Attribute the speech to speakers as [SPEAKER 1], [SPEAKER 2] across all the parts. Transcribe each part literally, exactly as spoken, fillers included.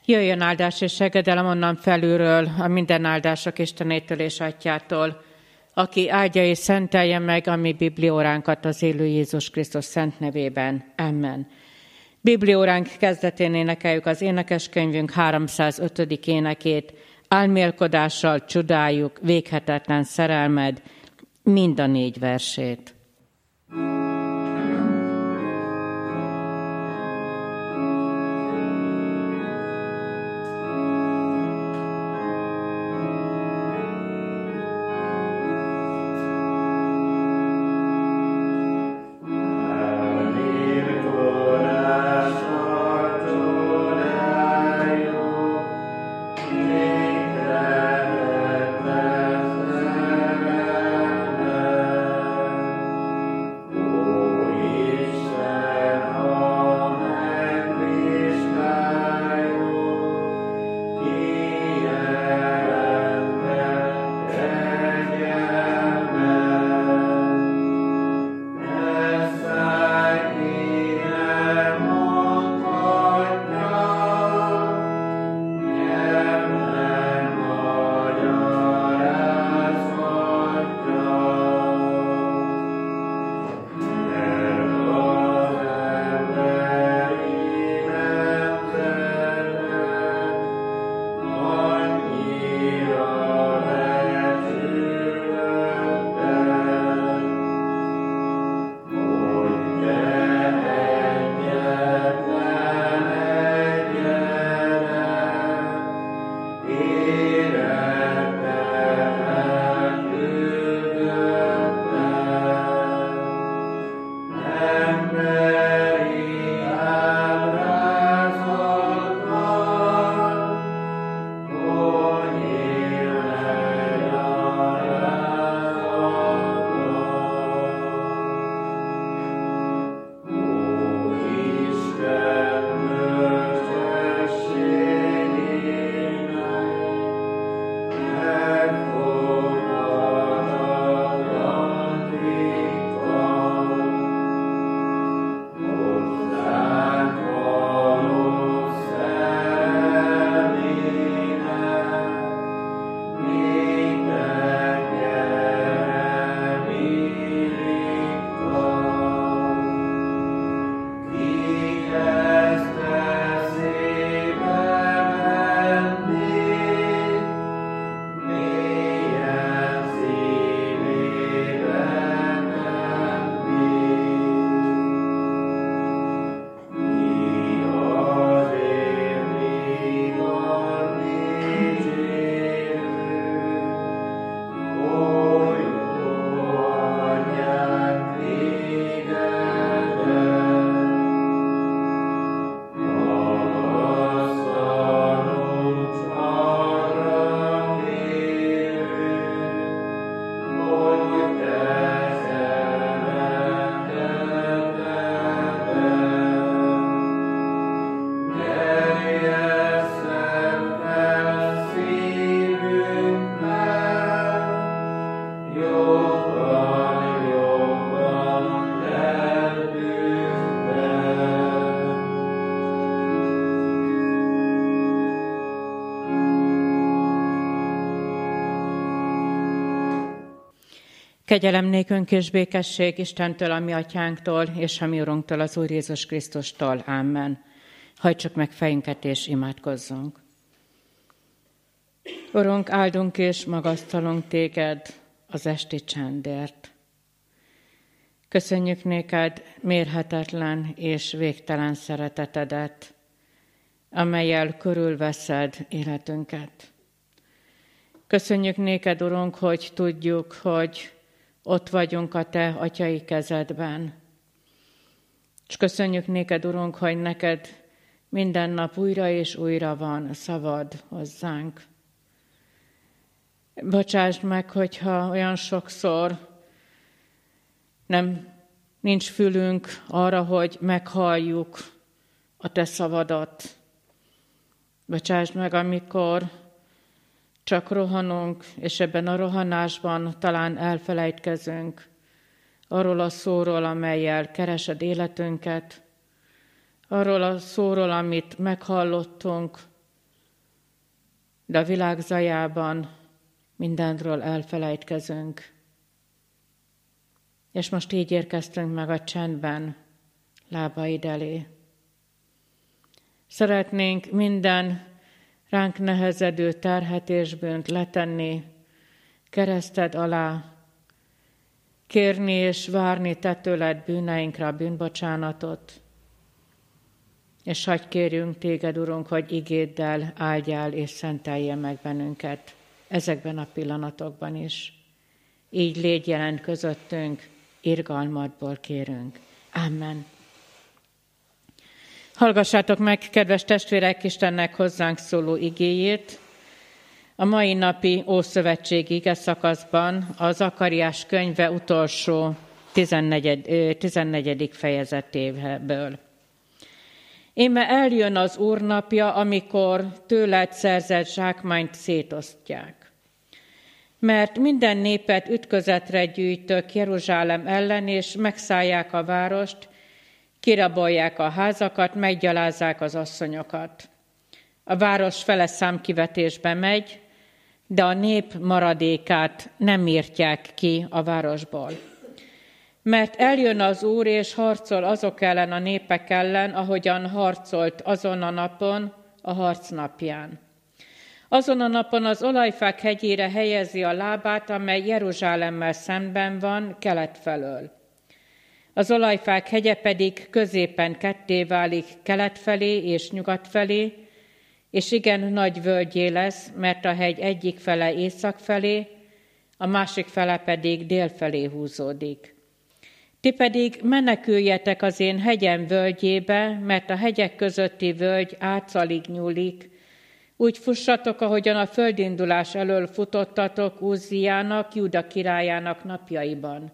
[SPEAKER 1] Jöjjön áldás és segedelem onnan felülről, a minden áldások Istenétől és Atyától, aki áldja és szentelje meg a mi biblióránkat az élő Jézus Krisztus szent nevében. Amen. Biblióránk kezdetén énekeljük az énekeskönyvünk háromszázötödik énekét. Álmélkodással csodáljuk véghetetlen szerelmed, mind a négy versét. Kegyelem nékünk és békesség Istentől, a mi atyánktól, és a mi Urunktól, az Úr Jézus Krisztustól. Amen. Hajtsuk meg fejünket és imádkozzunk. Urunk, áldunk és magasztalunk téged az esti csendért. Köszönjük néked mérhetetlen és végtelen szeretetedet, amellyel körülveszed életünket. Köszönjük néked, Urunk, hogy tudjuk, hogy ott vagyunk a te atyai kezedben. És köszönjük néked, Urunk, hogy neked minden nap újra és újra van szavad hozzánk. Bocsásd meg, hogyha olyan sokszor nem nincs fülünk arra, hogy meghalljuk a te szavadat. Bocsásd meg, amikor csak rohanunk, és ebben a rohanásban talán elfelejtkezünk arról a szóról, amellyel keresed életünket, arról a szóról, amit meghallottunk, de a világ zajában mindenről elfelejtkezünk. És most így érkeztünk meg a csendben lábaid elé. Szeretnénk minden ránk nehezedő terhet és bűnt letenni kereszted alá, kérni és várni te tőled bűneinkre a bűnbocsánatot, és hadd kérjünk téged, Urunk, hogy igéddel áldjál és szenteljél meg bennünket ezekben a pillanatokban is. Így légy jelen közöttünk, irgalmadból kérünk. Amen. Hallgassátok meg, kedves testvérek, Istennek hozzánk szóló igéjét. A mai napi Ószövetség ige szakaszban a Zakariás könyve utolsó tizennegyedik fejezetéből. Íme eljön az Úr napja, amikor tőled szerzett zsákmányt szétosztják. Mert minden népet ütközetre gyűjtök Jeruzsálem ellen, és megszállják a várost, kirabolják a házakat, meggyalázzák az asszonyokat. A város fele számkivetésbe megy, de a nép maradékát nem írtják ki a városból. Mert eljön az Úr, és harcol azok ellen a népek ellen, ahogyan harcolt azon a napon, a harc napján. Azon a napon az olajfák hegyére helyezi a lábát, amely Jeruzsálemmel szemben van, kelet felől. Az olajfák hegye pedig középen ketté válik kelet felé és nyugat felé, és igen nagy völgyé lesz, mert a hegy egyik fele észak felé, a másik fele pedig dél felé húzódik. Ti pedig meneküljetek az én hegyem völgyébe, mert a hegyek közötti völgy átcalig nyúlik. Úgy fussatok, ahogyan a földindulás elől futottatok Úzziának, Júda királyának napjaiban.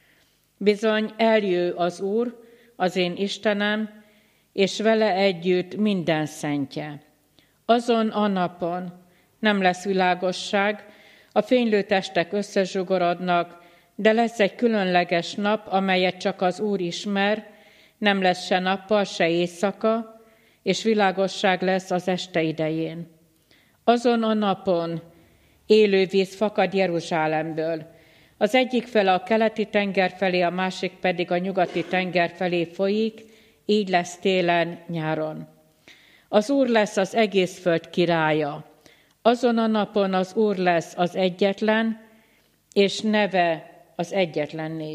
[SPEAKER 1] Bizony eljő az Úr, az én Istenem, és vele együtt minden szentje. Azon a napon nem lesz világosság, a fénylő testek összezsugorodnak, de lesz egy különleges nap, amelyet csak az Úr ismer, nem lesz se nappal, se éjszaka, és világosság lesz az este idején. Azon a napon élő víz fakad Jeruzsálemből. Az egyik fele a keleti tenger felé, a másik pedig a nyugati tenger felé folyik, így lesz télen, nyáron. Az Úr lesz az egész föld királya. Azon a napon az Úr lesz az egyetlen, és neve az egyetlen név.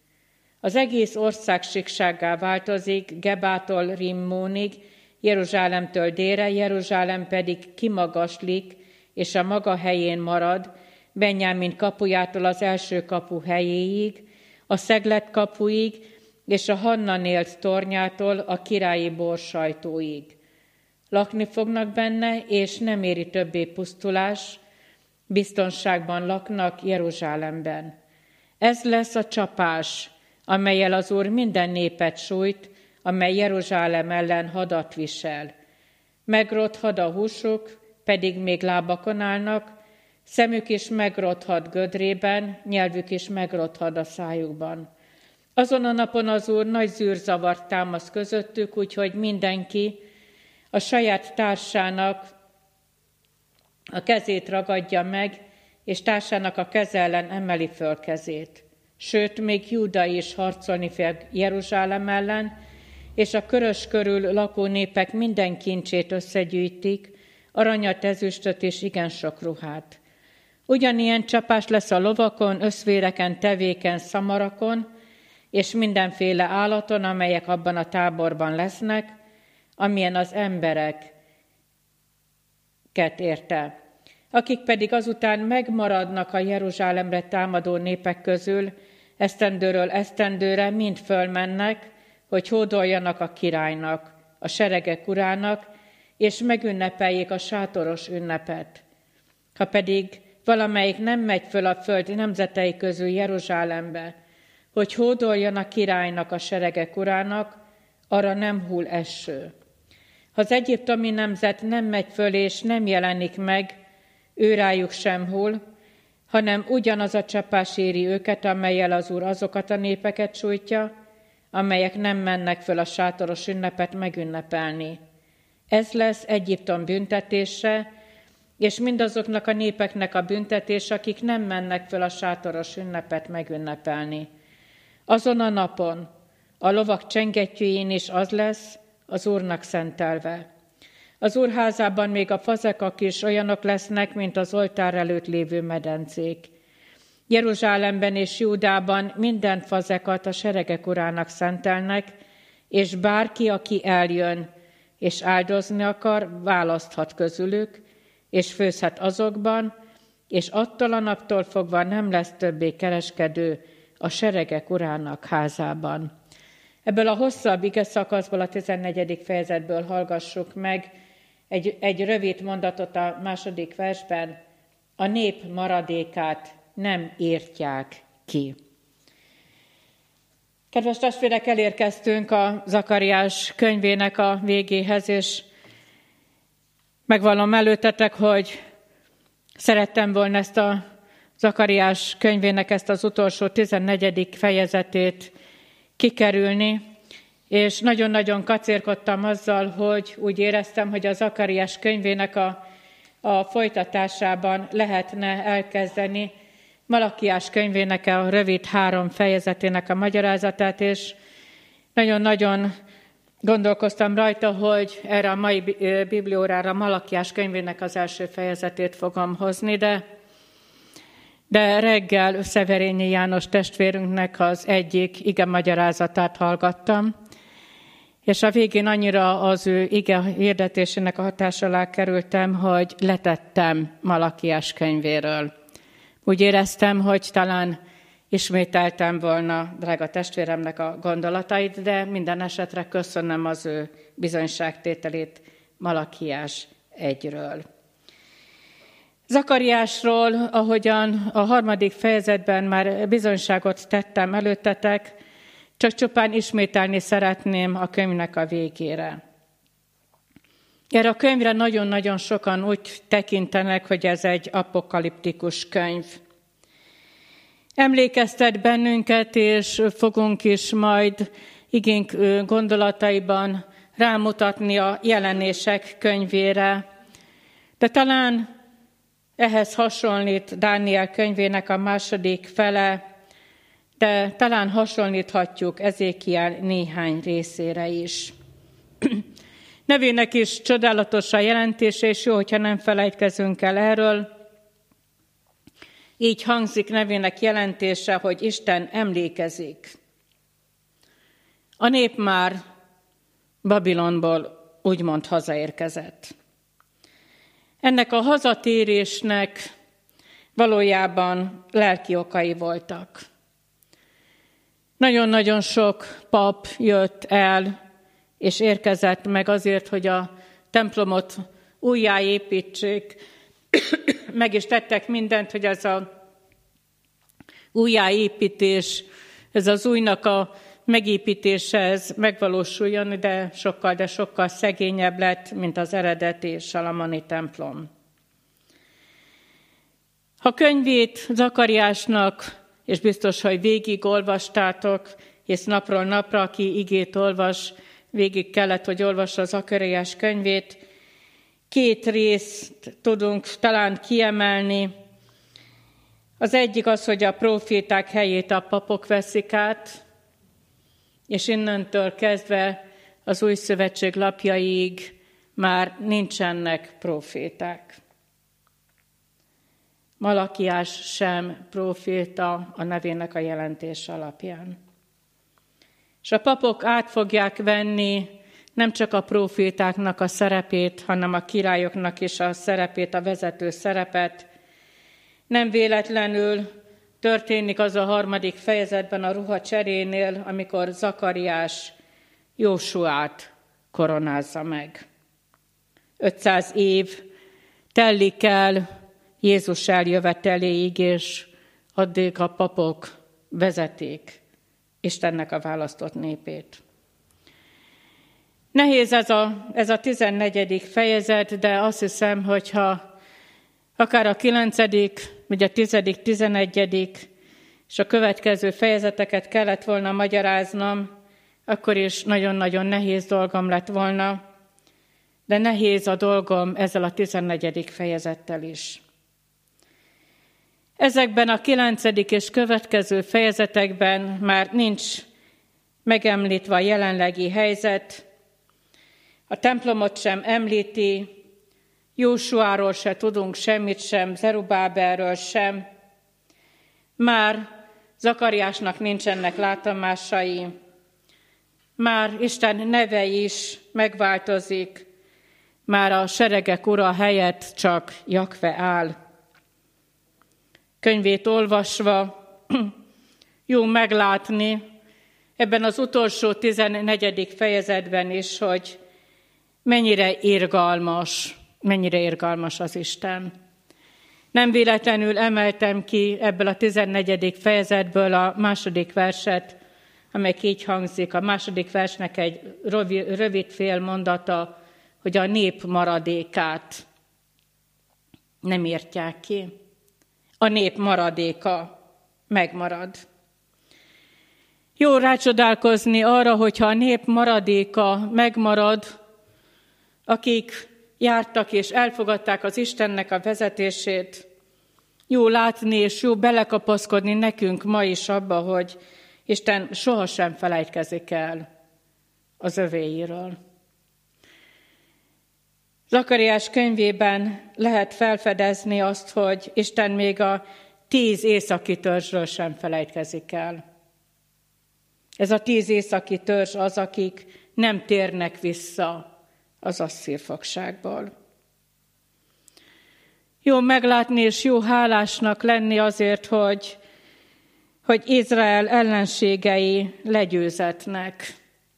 [SPEAKER 1] Az egész ország síksággá változik, Gebától Rimmónig, Jeruzsálemtől délre, Jeruzsálem pedig kimagaslik, és a maga helyén marad, Benjámin kapujától az első kapu helyéig, a Szeglet kapuig, és a Hannanélt tornyától a királyi borsajtóig. Lakni fognak benne, és nem éri többé pusztulás, biztonságban laknak Jeruzsálemben. Ez lesz a csapás, amellyel az Úr minden népet sújt, amely Jeruzsálem ellen hadat visel. Megrothad a húsuk, pedig még lábakon állnak, szemük is megrothad gödrében, nyelvük is megrothad a szájukban. Azon a napon az Úr nagy zűrzavart támaszt közöttük, úgyhogy mindenki a saját társának a kezét ragadja meg, és társának a keze ellen emeli föl kezét. Sőt, még Júda is harcolni fog Jeruzsálem ellen, és a körös körül lakó népek minden kincsét összegyűjtik, aranyat, ezüstöt és igen sok ruhát. Ugyanilyen csapás lesz a lovakon, összvéreken, tevéken, szamarakon, és mindenféle állaton, amelyek abban a táborban lesznek, amilyen az embereket érte. Akik pedig azután megmaradnak a Jeruzsálemre támadó népek közül, esztendőről esztendőre mind fölmennek, hogy hódoljanak a királynak, a seregek urának, és megünnepeljék a sátoros ünnepet. Ha pedig valamelyik nem megy föl a föld nemzetei közül Jeruzsálembe, hogy hódoljon a királynak, a seregek urának, arra nem hull eső. Ha az egyiptomi nemzet nem megy föl és nem jelenik meg, őrájuk sem hull, hanem ugyanaz a csapás éri őket, amellyel az Úr azokat a népeket sújtja, amelyek nem mennek föl a sátoros ünnepet megünnepelni. Ez lesz Egyiptom büntetése, és mindazoknak a népeknek a büntetés, akik nem mennek föl a sátoros ünnepet megünnepelni. Azon a napon a lovak csengettyűjén is az lesz, az Úrnak szentelve. Az Úr házában még a fazekak is olyanok lesznek, mint az oltár előtt lévő medencék. Jeruzsálemben és Júdában minden fazekat a seregek Urának szentelnek, és bárki, aki eljön és áldozni akar, választhat közülük, és főzhet azokban, és attól a naptól fogva nem lesz többé kereskedő a seregek Urának házában. Ebből a hosszabb ige szakaszból, a tizennegyedik fejezetből hallgassuk meg egy, egy rövid mondatot a második versben. A nép maradékát nem írtják ki. Kedves testvérek, elérkeztünk a Zakariás könyvének a végéhez, és megvallom előttetek, hogy szerettem volna ezt a Zakariás könyvének ezt az utolsó tizennegyedik fejezetét kikerülni, és nagyon-nagyon kacérkodtam azzal, hogy úgy éreztem, hogy a Zakariás könyvének a, a folytatásában lehetne elkezdeni Malakiás könyvének a rövid három fejezetének a magyarázatát, és nagyon-nagyon gondolkoztam rajta, hogy erre a mai bibliórára Malakiás könyvének az első fejezetét fogom hozni, de, de reggel Szeverényi János testvérünknek az egyik ige magyarázatát hallgattam, és a végén annyira az ő ige hirdetésének a hatás alá kerültem, hogy letettem Malakiás könyvéről. Úgy éreztem, hogy talán ismételtem volna drága testvéremnek a gondolatait, de minden esetre köszönöm az ő bizonyságtételét Malakiás egyről. Zakariásról, ahogyan a harmadik fejezetben már bizonyságot tettem előttetek, csak csupán ismételni szeretném a könyvnek a végére. Erre a könyvre nagyon-nagyon sokan úgy tekintenek, hogy ez egy apokaliptikus könyv. Emlékeztet bennünket, és fogunk is majd igénk gondolataiban rámutatni a jelenések könyvére. De talán ehhez hasonlít Dániel könyvének a második fele, de talán hasonlíthatjuk Ezékiel néhány részére is. Nevének is csodálatos a jelentése, és jó, hogyha nem felejtkezünk el erről. Így hangzik nevének jelentése, hogy Isten emlékezik. A nép már Babilonból úgymond hazaérkezett. Ennek a hazatérésnek valójában lelki okai voltak. Nagyon-nagyon sok pap jött el, és érkezett meg azért, hogy a templomot újjáépítsék. Meg is tettek mindent, hogy ez a újjáépítés, ez az újnak a megépítése, ez megvalósuljon, de sokkal, de sokkal szegényebb lett, mint az eredeti salamoni templom. Ha könyvét Zakariásnak, és biztos, hogy végig olvastátok, és napról napra, aki igét olvas, végig kellett, hogy olvassa Zakariás könyvét, két részt tudunk talán kiemelni. Az egyik az, hogy a próféták helyét a papok veszik át, és innentől kezdve az új szövetség lapjaig már nincsenek próféták. Malakiás sem próféta a nevének a jelentés alapján. És a papok át fogják venni nem csak a prófétáknak a szerepét, hanem a királyoknak is a szerepét, a vezető szerepet. Nem véletlenül történik az a harmadik fejezetben a ruha cserénél, amikor Zakariás Jósuát koronázza meg. ötszáz év telik el Jézus eljöveteléig, és addig a papok vezetik Istennek a választott népét. Nehéz ez a, ez a tizennegyedik fejezet, de azt hiszem, hogyha akár a kilencedik, vagy a tizedik, tizenegyedik és a következő fejezeteket kellett volna magyaráznom, akkor is nagyon-nagyon nehéz dolgom lett volna. de nehéz a dolgom ezzel a tizennegyedik fejezettel is. Ezekben a kilencedik és következő fejezetekben már nincs megemlítve a jelenlegi helyzet, a templomot sem említi, Jósuáról se tudunk semmit sem, Zerubábelről sem. Már Zakariásnak nincsenek látomásai, már Isten neve is megváltozik, már a seregek ura helyett csak Jakve áll. Könyvét olvasva jó meglátni ebben az utolsó tizennegyedik fejezetben is, hogy mennyire irgalmas, mennyire irgalmas az Isten. Nem véletlenül emeltem ki ebből a tizennegyedik fejezetből a második verset, amely így hangzik. A második versnek egy rövid félmondata, hogy a nép maradékát nem írtják ki. A nép maradéka megmarad. Jó rácsodálkozni arra, hogyha a nép maradéka megmarad, akik jártak és elfogadták az Istennek a vezetését. Jó látni és jó belekapaszkodni nekünk ma is abba, hogy Isten sohasem felejtkezik el az övéiről. Zakariás könyvében lehet felfedezni azt, hogy Isten még a tíz északi törzsről sem felejtkezik el. Ez a tíz északi törzs az, akik nem térnek vissza az asszír fogságból. Jó meglátni és jó hálásnak lenni azért, hogy, hogy Izrael ellenségei legyőzetnek.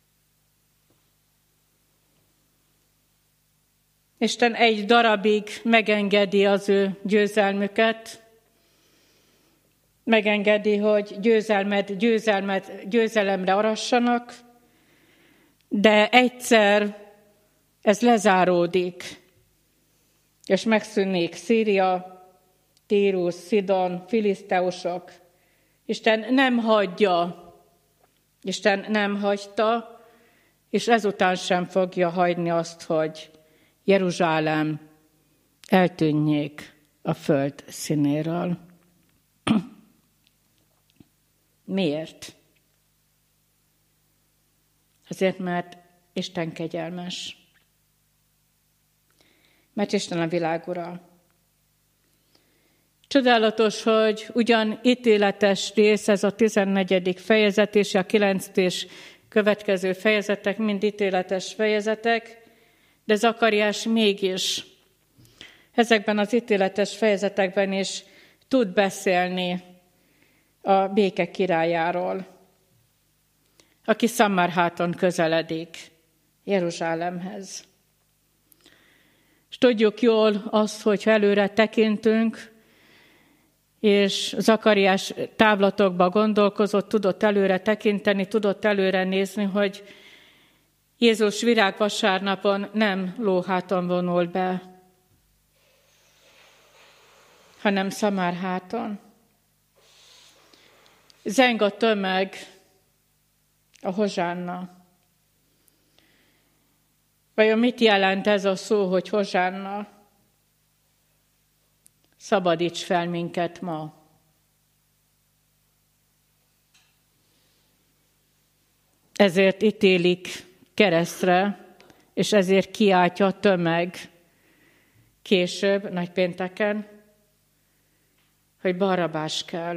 [SPEAKER 1] Isten egy darabig megengedi az ő győzelmüket, megengedi, hogy győzelmet, győzelmet, győzelemre arassanak, de egyszer ez lezáródik, és megszűnik Szíria, Tírus, Szidon, filiszteusok. Isten nem hagyja, Isten nem hagyta, és ezután sem fogja hagyni azt, hogy Jeruzsálem eltűnjék a föld színéről. Miért? Azért, mert Isten kegyelmes. Mert Isten a világ ura. Csodálatos, hogy ugyan ítéletes rész ez a tizennegyedik fejezet, és a kilenc és következő fejezetek mind ítéletes fejezetek, de Zakariás mégis ezekben az ítéletes fejezetekben is tud beszélni a béke királyáról, aki Szamárháton közeledik Jeruzsálemhez. És tudjuk jól azt, hogy előre tekintünk, és Zakariás távlatokba gondolkozott, tudott előre tekinteni, tudott előre nézni, hogy Jézus virágvasárnapon nem lóháton vonul be, hanem Szamárháton. Zeng a tömeg, a hozsánna. Vajon mit jelent ez a szó, hogy hozsánna? Szabadíts fel minket ma. Ezért ítélik keresztre, és ezért kiáltja a tömeg később, nagypénteken, hogy Barrabás kell.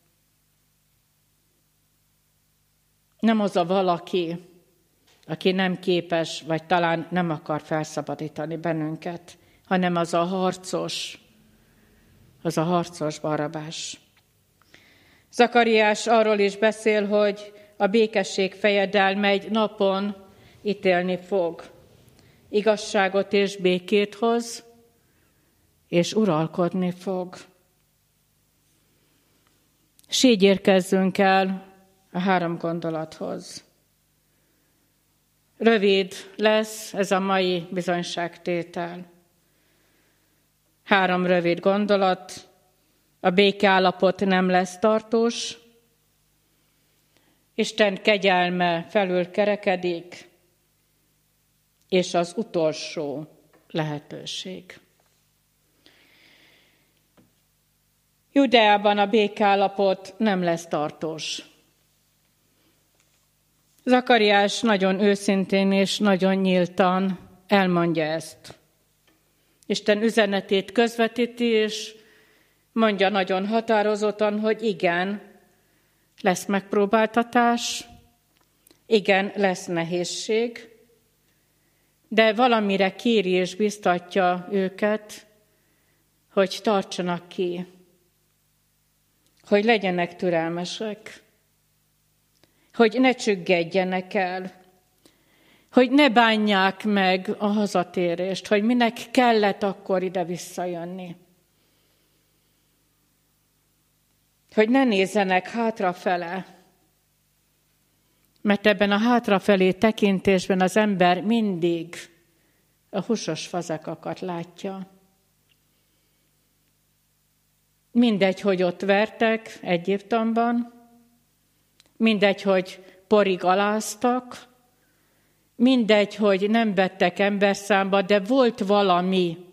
[SPEAKER 1] Nem az a valaki, aki nem képes, vagy talán nem akar felszabadítani bennünket, hanem az a harcos, az a harcos Barrabás. Zakariás arról is beszél, hogy a békesség fejedelme egy napon ítélni fog. Igazságot és békét hoz, és uralkodni fog. S így érkezzünk el a három gondolathoz. Rövid lesz ez a mai bizonyságtétel. Három rövid gondolat. A békeállapot nem lesz tartós. Isten kegyelme felül kerekedik. és az utolsó lehetőség. Judeában a békállapot nem lesz tartós. Zakariás nagyon őszintén és nagyon nyíltan elmondja ezt. Isten üzenetét közvetíti, és mondja nagyon határozottan, hogy igen, lesz megpróbáltatás, igen, lesz nehézség, de valamire kéri és biztatja őket, hogy tartsanak ki, hogy legyenek türelmesek, hogy ne csüggedjenek el, hogy ne bánják meg a hazatérést, hogy minek kellett akkor ide visszajönni. Hogy ne nézzenek hátrafele, mert ebben a hátrafelé tekintésben az ember mindig a húsos fazekakat látja. Mindegy, hogy ott vertek Egyiptomban, mindegy, hogy porig aláztak, mindegy, hogy nem vettek emberszámba, de volt valami,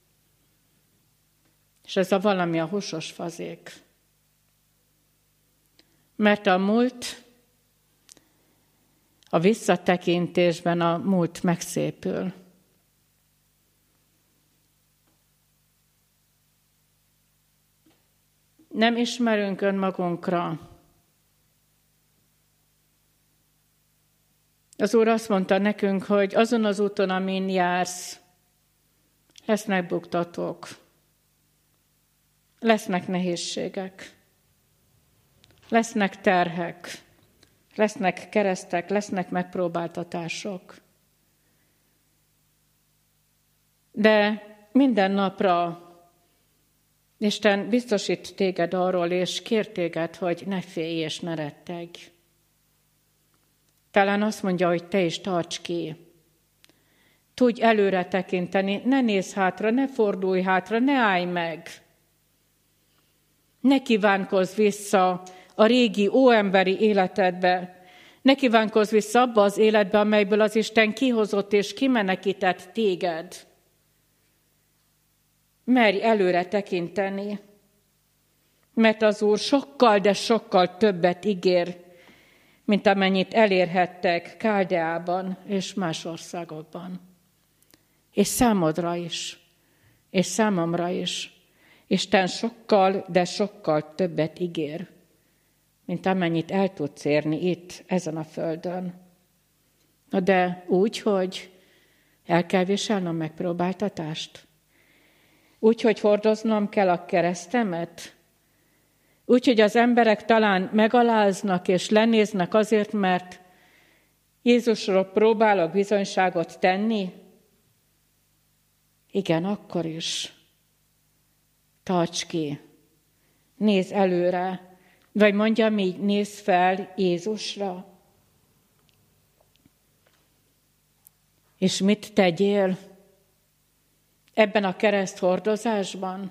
[SPEAKER 1] és ez a valami a húsos fazék. Mert a múlt, a visszatekintésben a múlt megszépül. Nem ismerünk önmagunkra. Az Úr azt mondta nekünk, hogy azon az úton, amin jársz, lesznek buktatók, lesznek nehézségek, lesznek terhek, lesznek keresztek, lesznek megpróbáltatások. De minden napra Isten biztosít téged arról, és kér téged, hogy ne félj és ne rettegj. Talán azt mondja, hogy te is tarts ki. Tudj előre tekinteni, ne nézz hátra, ne fordulj hátra, ne állj meg. Ne kívánkozz vissza a régi óemberi életedbe. Ne kívánkozz vissza abba az életbe, amelyből az Isten kihozott és kimenekített téged. Merj előre tekinteni, mert az Úr sokkal, de sokkal többet ígér, mint amennyit elérhettek Káldeában és más országokban. És számodra is, és számomra is. Isten sokkal, de sokkal többet ígér, mint amennyit el tudsz érni itt, ezen a földön. Na de úgy, hogy el kell viselnem megpróbáltatást. Úgy, hogy hordoznom kell a keresztemet. Úgy, hogy az emberek talán megaláznak és lenéznek azért, mert Jézusról próbálok bizonyságot tenni. Igen, akkor is. Tarts ki. Nézz előre. Vagy mondjam így, nézz fel Jézusra. És mit tegyél ebben a kereszthordozásban?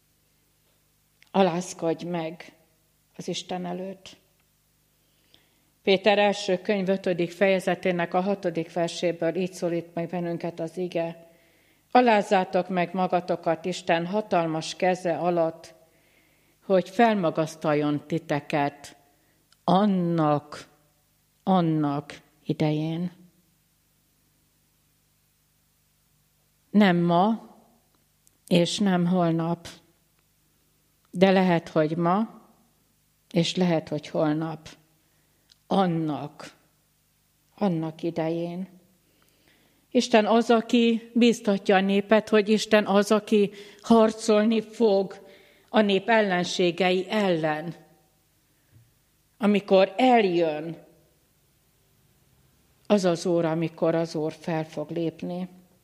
[SPEAKER 1] Alázkodj meg az Isten előtt. Péter első könyv ötödik fejezetének a hatodik verséből így szólít meg bennünket az ige. Alázzátok meg magatokat Isten hatalmas keze alatt, hogy felmagasztaljon titeket annak, annak idején. Nem ma, és nem holnap, de lehet, hogy ma, és lehet, hogy holnap. Annak, annak idején. Isten az, aki bíztatja a népet, hogy Isten az, aki harcolni fog a nép ellenségei ellen. Amikor eljön az az óra, amikor az Úr fel fog lépni.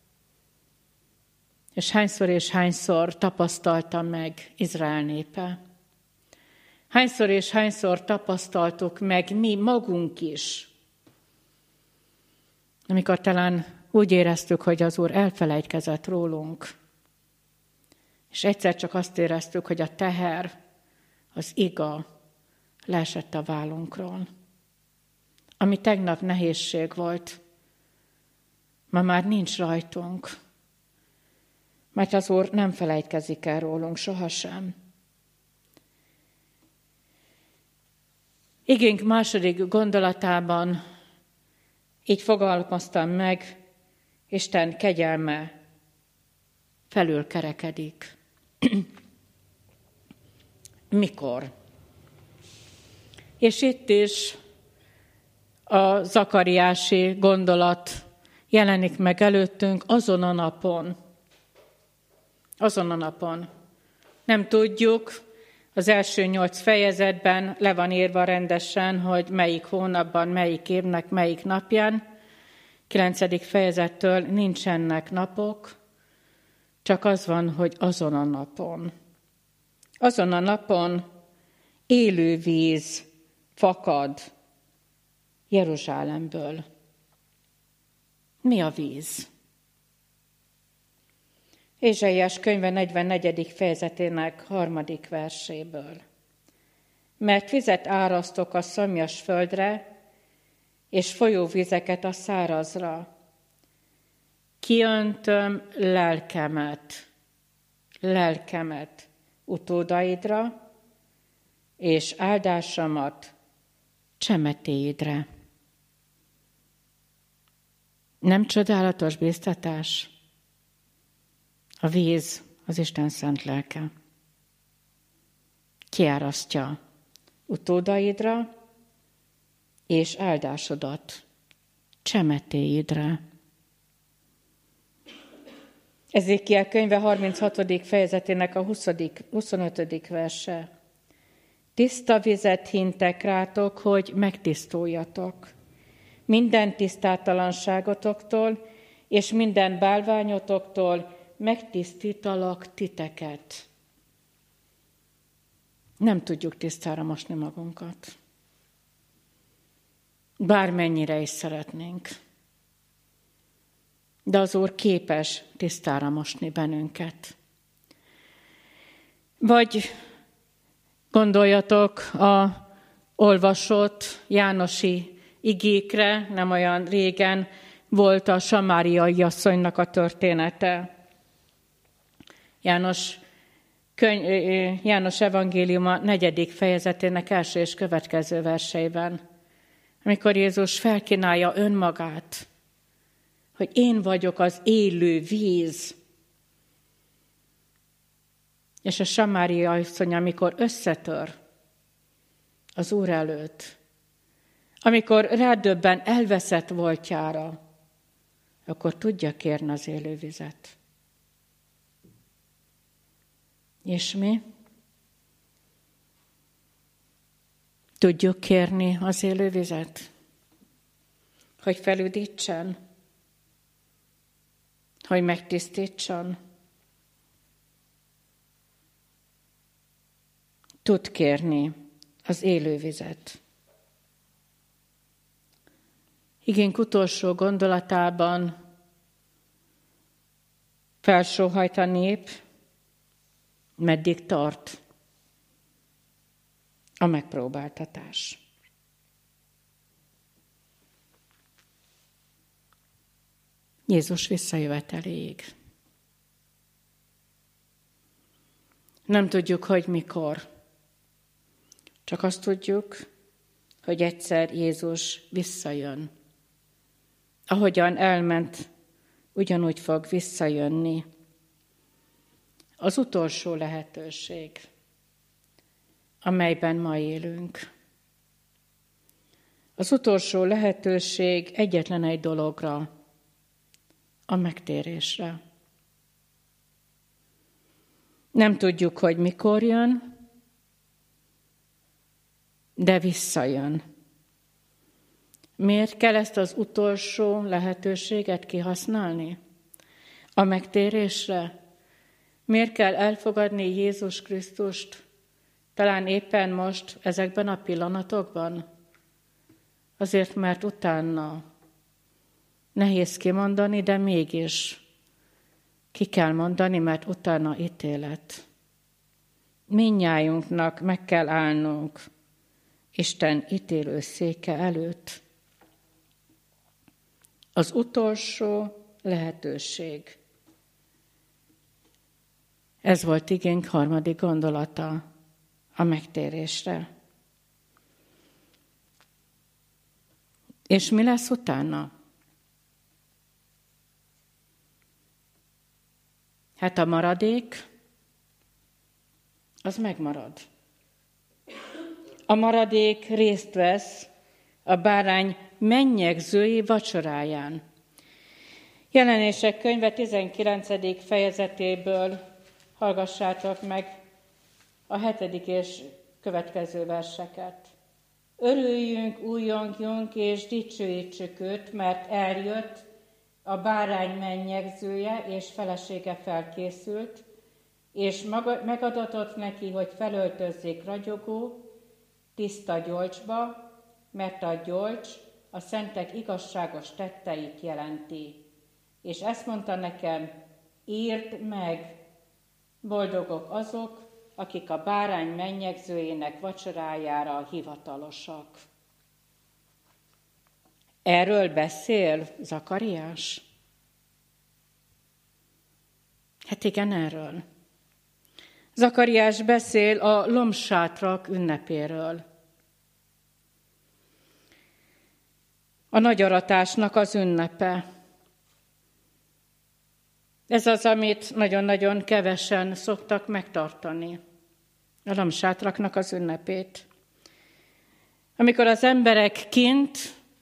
[SPEAKER 1] És hányszor és hányszor tapasztalta meg Izrael népe? Hányszor és hányszor tapasztaltuk meg mi magunk is, amikor talán úgy éreztük, hogy az Úr elfelejtkezett rólunk, és egyszer csak azt éreztük, hogy a teher, az iga leesett a vállunkról. Ami tegnap nehézség volt, ma már nincs rajtunk, mert az Úr nem felejtkezik el rólunk sohasem. Igénk második gondolatában így fogalmaztam meg, Isten kegyelme felülkerekedik. Mikor? És itt is a zakariási gondolat jelenik meg előttünk azon a napon. Azon a napon. Nem tudjuk, az első nyolc fejezetben le van írva rendesen, hogy melyik hónapban, melyik évnek, melyik napján. Kilencedik fejezettől nincsenek napok, csak az van, hogy azon a napon. Azon a napon élő víz fakad Jeruzsálemből. Mi a víz? Ézsaiás könyve negyvennegyedik fejezetének harmadik verséből. Mert vizet árasztok a szomjas földre, és folyóvizeket a szárazra. Kiöntöm lelkemet, lelkemet utódaidra, és áldásomat csemetéidre. Nem csodálatos bíztatás? A víz az Isten szent lelke. Kiárasztja utódaidra, és áldásodat csemetéidre. Ezékiel könyve harminchatodik fejezetének a huszadik, huszonötödik verse. Tiszta vizet hintek rátok, hogy megtisztuljatok. Minden tisztátalanságotoktól és minden bálványotoktól megtisztítalak titeket. Nem tudjuk tisztára mosni magunkat. Bármennyire is szeretnénk. De az Úr képes tisztára mosni bennünket. Vagy gondoljatok a olvasott jánosi igékre, nem olyan régen volt a samáriai asszonynak a története. János, könyv, János evangéliuma negyedik fejezetének első és következő verseiben, amikor Jézus felkínálja önmagát, hogy én vagyok az élő víz. És a samáriai asszony, amikor összetör az Úr előtt, amikor rádöbben elveszett voltjára, akkor tudja kérni az élő vizet. És mi? Tudjuk kérni az élő vizet? Hogy felüdítsen? Hogy megtisztítson? Tud kérni az élő vizet. Igénk utolsó gondolatában felsóhajt a nép, meddig tart a megpróbáltatás. Jézus visszajöveteléig. Nem tudjuk, hogy mikor. Csak azt tudjuk, hogy egyszer Jézus visszajön. Ahogyan elment, ugyanúgy fog visszajönni. Az utolsó lehetőség, amelyben ma élünk. Az utolsó lehetőség egyetlen egy dologra, a megtérésre. Nem tudjuk, hogy mikor jön, de visszajön. Miért kell ezt az utolsó lehetőséget kihasználni? A megtérésre? Miért kell elfogadni Jézus Krisztust talán éppen most, ezekben a pillanatokban? Azért, mert utána nehéz kimondani, de mégis ki kell mondani, mert utána ítélet. Mindnyájunknak meg kell állnunk Isten ítélő széke előtt. Az utolsó lehetőség. Ez volt igénk harmadik gondolata a megtérésre. És mi lesz utána? Hát a maradék, az megmarad. A maradék részt vesz a bárány mennyegzői vacsoráján. Jelenések könyve tizenkilencedik fejezetéből hallgassátok meg a hetedik és következő verseket. Örüljünk, újjongjunk és dicsőítsük őt, mert eljött, a bárány mennyegzője és felesége felkészült, és maga, megadatott neki, hogy felöltözzék ragyogó, tiszta gyolcsba, mert a gyolcs a szentek igazságos tetteit jelenti. És ezt mondta nekem, írd meg, boldogok azok, akik a bárány mennyegzőjének vacsorájára hivatalosak. Erről beszél Zakariás? Hát igen, erről. Zakariás beszél a lombsátrak ünnepéről. A nagyaratásnak az ünnepe. Ez az, amit nagyon-nagyon kevesen szoktak megtartani. A lombsátraknak az ünnepét. Amikor az emberek kint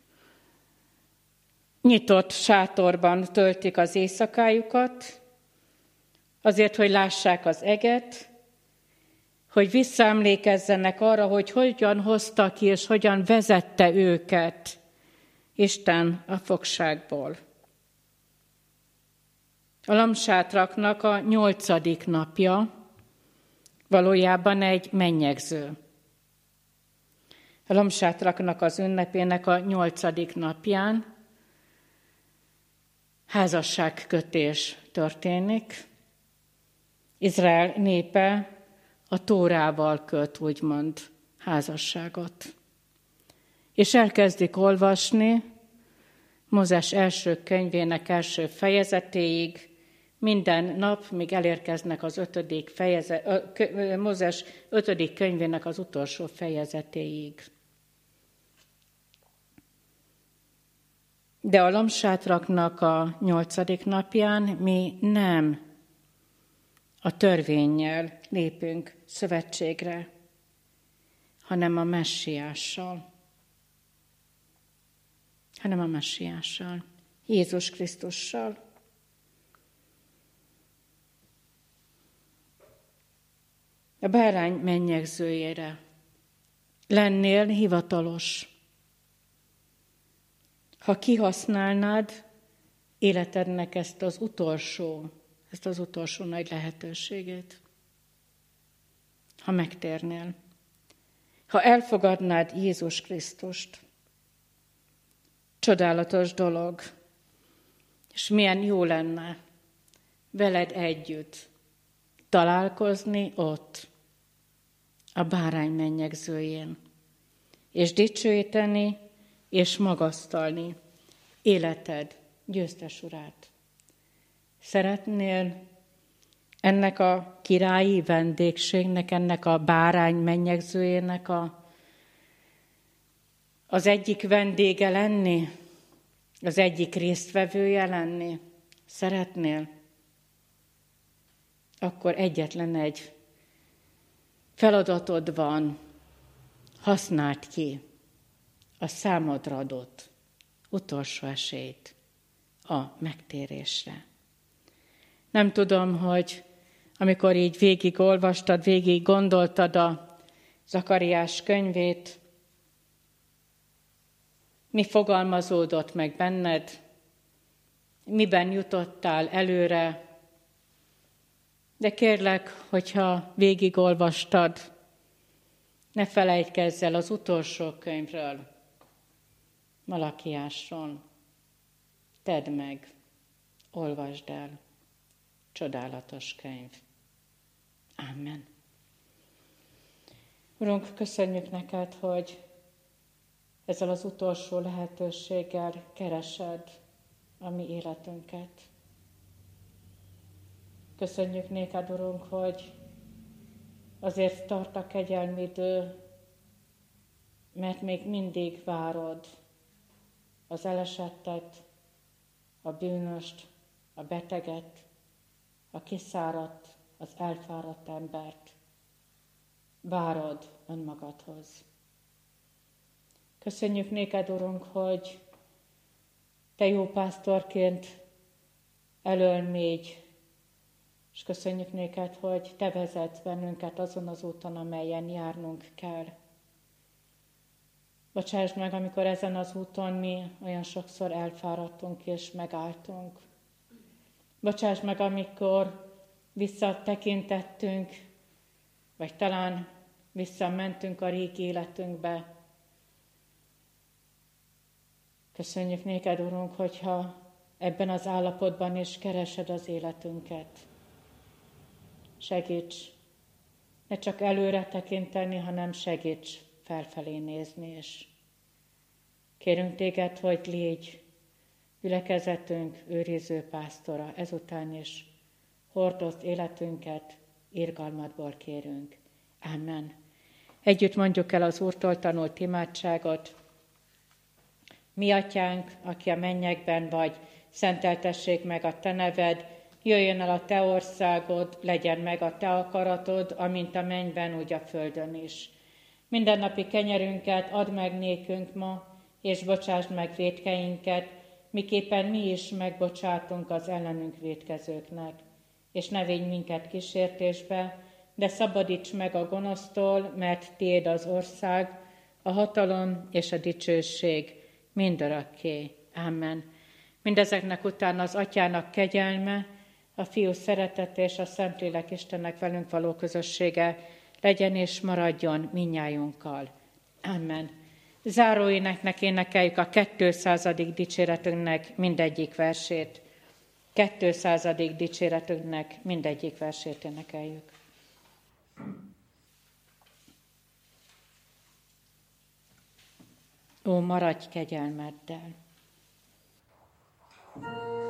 [SPEAKER 1] nyitott sátorban töltik az éjszakájukat, azért, hogy lássák az eget, hogy visszaemlékezzenek arra, hogy hogyan hozta ki és hogyan vezette őket Isten a fogságból. A lombsátraknak a nyolcadik napja valójában egy mennyegző. A lombsátraknak az ünnepének a nyolcadik napján házasságkötés történik. Izrael népe a Tórával köt, úgymond, házasságot. És elkezdik olvasni Mózes első könyvének első fejezetéig, minden nap, míg elérkeznek az ötödik fejezet, Mózes ötödik könyvének az utolsó fejezetéig. De a lombsátraknak a nyolcadik napján mi nem a törvénnyel lépünk szövetségre, hanem a Messiással. hanem a Messiással, Jézus Krisztussal. A bárány mennyegzőjére lennél hivatalos. Ha kihasználnád életednek ezt az utolsó, ezt az utolsó nagy lehetőségét, ha megtérnél, ha elfogadnád Jézus Krisztust, csodálatos dolog, és milyen jó lenne veled együtt találkozni ott, a bárány mennyegzőjén, és dicsőíteni, és magasztalni életed győztes urát. Szeretnél ennek a királyi vendégségnek, ennek a bárány mennyegzőjének a az egyik vendége lenni, az egyik résztvevője lenni? Szeretnél? Akkor egyetlen egy feladatod van, használd ki a számodra adott utolsó esélyt a megtérésre. Nem tudom, hogy amikor így végig olvastad, végig gondoltad a Zakariás könyvét, mi fogalmazódott meg benned, miben jutottál előre, de kérlek, hogyha végigolvastad, ne felejtkezz el az utolsó könyvről, Malakiásról. Tedd meg, olvasd el, csodálatos könyv. Amen. Urunk, köszönjük neked, hogy ezzel az utolsó lehetőséggel keresed a mi életünket. Köszönjük néked, Urunk, hogy azért tart a kegyelmi idő, mert még mindig várod az elesettet, a bűnöst, a beteget, a kiszáradt, az elfáradt embert. Várod önmagadhoz. Köszönjük néked, Urunk, hogy te jó pásztorként elölmégy, és köszönjük néked, hogy te vezetsz bennünket azon az úton, amelyen járnunk kell. Bocsáss meg, amikor ezen az úton mi olyan sokszor elfáradtunk és megálltunk. Bocsáss meg, amikor visszatekintettünk, vagy talán visszamentünk a régi életünkbe. Köszönjük néked, Urunk, hogyha ebben az állapotban is keresed az életünket. Segíts ne csak előre tekinteni, hanem segíts felfelé nézni is. Kérünk téged, hogy légy gyülekezetünk őriző pásztora, ezután is hordozd életünket, irgalmadból kérünk. Amen. Együtt mondjuk el az Úrtól tanult imádságot. Mi atyánk, aki a mennyekben vagy, szenteltessék meg a te neved, jöjjön el a te országod, legyen meg a te akaratod, amint a mennyben, úgy a földön is. Mindennapi kenyerünket add meg nékünk ma, és bocsásd meg vétkeinket, miképpen mi is megbocsátunk az ellenünk vétkezőknek. És ne védj minket kísértésbe, de szabadíts meg a gonosztól, mert tiéd az ország, a hatalom és a dicsőség mindörökké. Amen. Mindezeknek után az Atyának kegyelme, a Fiú szeretete és a Szentlélek Istennek velünk való közössége legyen és maradjon minnyájunkkal. Amen. Záróéneknek énekeljük a kétszázadik dicséretünknek mindegyik versét. kétszázadik dicséretünknek mindegyik versét énekeljük. Ó, maradj kegyelmeddel!